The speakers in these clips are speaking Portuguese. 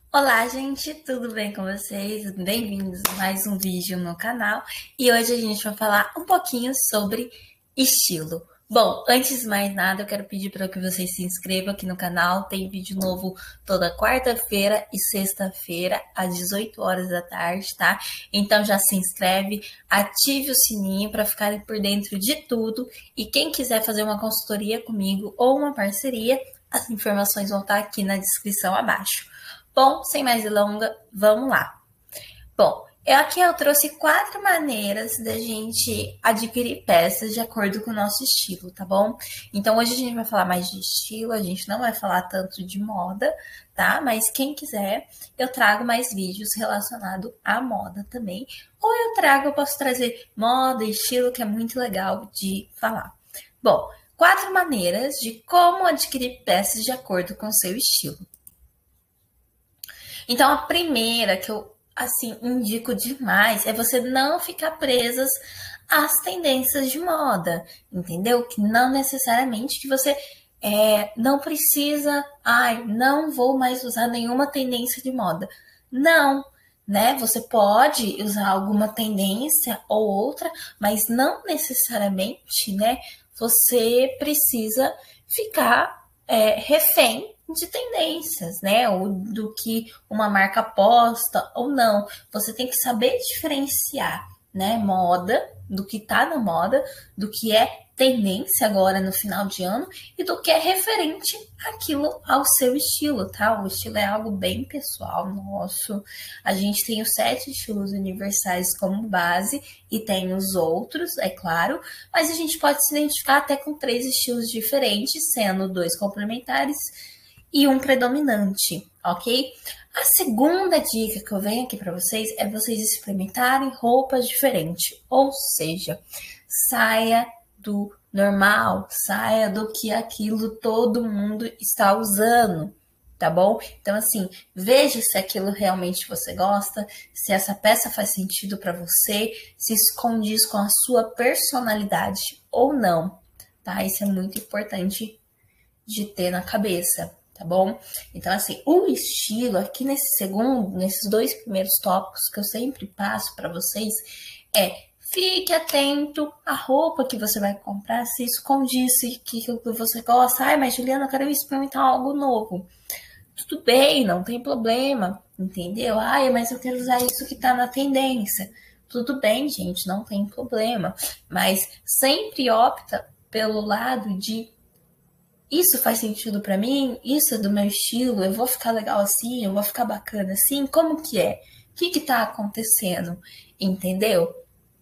Olá, gente, tudo bem com vocês? Bem-vindos a mais um vídeo no canal. E hoje a gente vai falar um pouquinho sobre estilo. Bom, antes de mais nada, eu quero pedir para que vocês se inscrevam aqui no canal. Tem vídeo novo toda quarta-feira e sexta-feira, às 18 horas da tarde, tá? Então já se inscreve, ative o sininho para ficarem por dentro de tudo. E quem quiser fazer uma consultoria comigo ou uma parceria, as informações vão estar aqui na descrição abaixo. Bom, sem mais delongas, vamos lá. Bom, aqui eu trouxe 4 maneiras da gente adquirir peças de acordo com o nosso estilo, tá bom? Então hoje a gente vai falar mais de estilo, a gente não vai falar tanto de moda, tá? Mas quem quiser, eu trago mais vídeos relacionados à moda também. Ou eu posso trazer moda e estilo, que é muito legal de falar. Bom, 4 maneiras de como adquirir peças de acordo com o seu estilo. Então, a primeira que eu, assim, indico demais é você não ficar presas às tendências de moda, entendeu? Que não necessariamente que você não precisa, não vou mais usar nenhuma tendência de moda. Não, né? Você pode usar alguma tendência ou outra, mas não necessariamente, né? Você precisa ficar refém de tendências, né? Ou do que uma marca posta ou não. Você tem que saber diferenciar, né? Moda, do que tá na moda, do que é tendência agora no final de ano e do que é referente aquilo ao seu estilo, tá? O estilo é algo bem pessoal nosso. A gente tem os 7 estilos universais como base e tem os outros, é claro, mas a gente pode se identificar até com 3 estilos diferentes, sendo 2 complementares e um predominante, ok? A segunda dica que eu venho aqui para vocês é vocês experimentarem roupas diferentes, ou seja, saia do normal, saia do que aquilo todo mundo está usando, tá bom? Então, assim, veja se aquilo realmente você gosta, se essa peça faz sentido para você, se isso condiz com a sua personalidade ou não, tá? Isso é muito importante de ter na cabeça, tá bom? Então, assim, o estilo aqui nesses 2 primeiros tópicos que eu sempre passo para vocês fique atento à roupa que você vai comprar, se isso condiz que você gosta. Ai, mas Juliana, eu quero experimentar algo novo. Tudo bem, não tem problema, entendeu? Ai, mas eu quero usar isso que tá na tendência. Tudo bem, gente, não tem problema. Mas sempre opta pelo lado de isso faz sentido para mim, isso é do meu estilo, eu vou ficar legal assim, eu vou ficar bacana assim, como que é? O que tá acontecendo? Entendeu?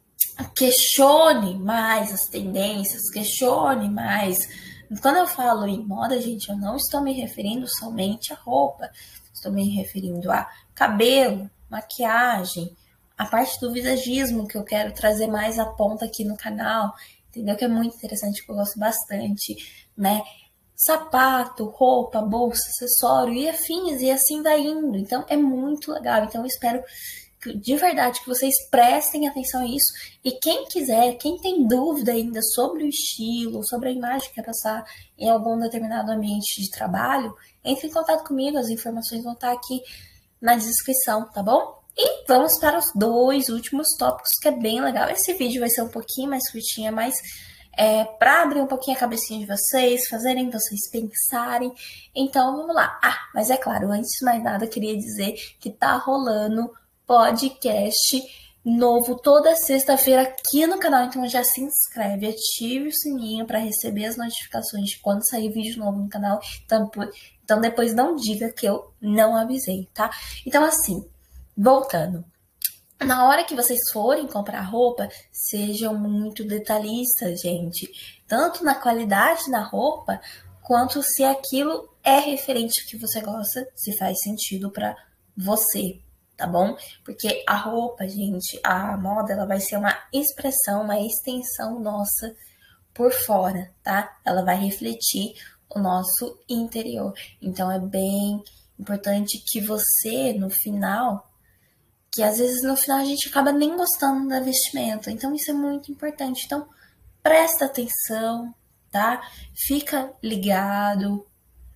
Questione mais as tendências, questione mais. Quando eu falo em moda, gente, eu não estou me referindo somente a roupa, estou me referindo a cabelo, maquiagem, a parte do visagismo que eu quero trazer mais à ponta aqui no canal, entendeu? Que é muito interessante, que eu gosto bastante, né? Sapato, roupa, bolsa, acessório e afins, e assim vai indo. Então é muito legal. Então eu espero de verdade que vocês prestem atenção a isso. E quem quiser, quem tem dúvida ainda sobre o estilo, sobre a imagem que quer passar em algum determinado ambiente de trabalho, entre em contato comigo, as informações vão estar aqui na descrição, tá bom? E vamos para os 2 últimos tópicos, que é bem legal. Esse vídeo vai ser um pouquinho mais curtinho, mas para abrir um pouquinho a cabecinha de vocês, fazerem vocês pensarem. Então, vamos lá. Mas é claro, antes de mais nada, queria dizer que tá rolando podcast novo toda sexta-feira aqui no canal. Então, já se inscreve, ative o sininho para receber as notificações de quando sair vídeo novo no canal. Então, depois não diga que eu não avisei, tá? Então, assim, voltando. Na hora que vocês forem comprar roupa, sejam muito detalhistas, gente. Tanto na qualidade da roupa, quanto se aquilo é referente ao que você gosta, se faz sentido para você, tá bom? Porque a roupa, gente, a moda, ela vai ser uma expressão, uma extensão nossa por fora, tá? Ela vai refletir o nosso interior. Então é bem importante que você, no final, que às vezes no final a gente acaba nem gostando da vestimenta. Então isso é muito importante. Então presta atenção, tá? Fica ligado,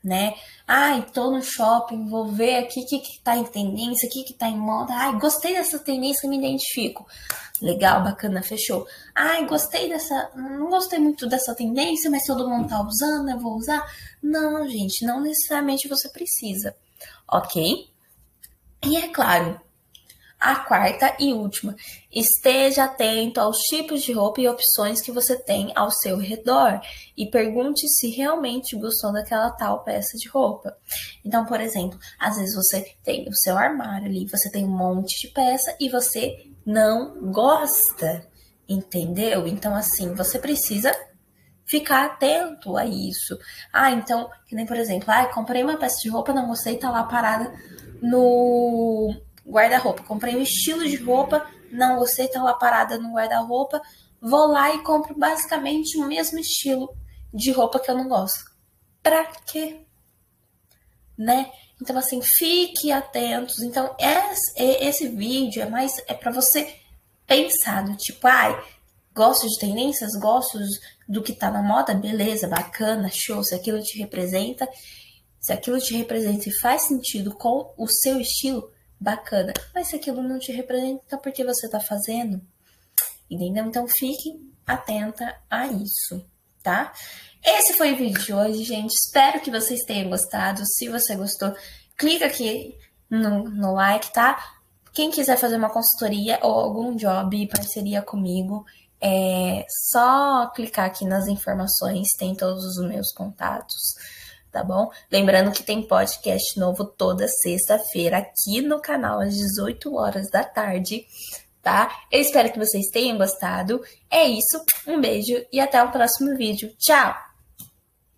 né? Ai, tô no shopping, vou ver aqui o que tá em tendência, o que tá em moda. Ai, gostei dessa tendência, me identifico. Legal, bacana, fechou. Ai, gostei dessa. Não gostei muito dessa tendência, mas todo mundo tá usando, eu vou usar. Não, gente, não necessariamente você precisa, ok? E é claro, a quarta e última, esteja atento aos tipos de roupa e opções que você tem ao seu redor e pergunte se realmente gostou daquela tal peça de roupa. Então, por exemplo, às vezes você tem o seu armário ali, você tem um monte de peça e você não gosta, entendeu? Então, assim, você precisa ficar atento a isso. Ah, então, que nem por exemplo, comprei uma peça de roupa, não gostei, tá lá parada no guarda-roupa. Comprei um estilo de roupa, não gostei, tá lá parada no guarda-roupa. Vou lá e compro basicamente o mesmo estilo de roupa que eu não gosto. Pra quê? Né? Então, assim, fique atentos. Então, esse vídeo é para você pensar do tipo, gosto de tendências, gosto do que tá na moda, beleza, bacana, show, se aquilo te representa e faz sentido com o seu estilo, bacana. Mas se aquilo não te representa, então por que você tá fazendo? Entendeu? Então fique atenta a isso, tá? Esse foi o vídeo de hoje, gente. Espero que vocês tenham gostado. Se você gostou, clica aqui no like, tá? Quem quiser fazer uma consultoria ou algum job em parceria comigo, é só clicar aqui nas informações, tem todos os meus contatos, tá bom? Lembrando que tem podcast novo toda sexta-feira aqui no canal às 18 horas da tarde, tá? Eu espero que vocês tenham gostado. É isso, um beijo e até o próximo vídeo. Tchau!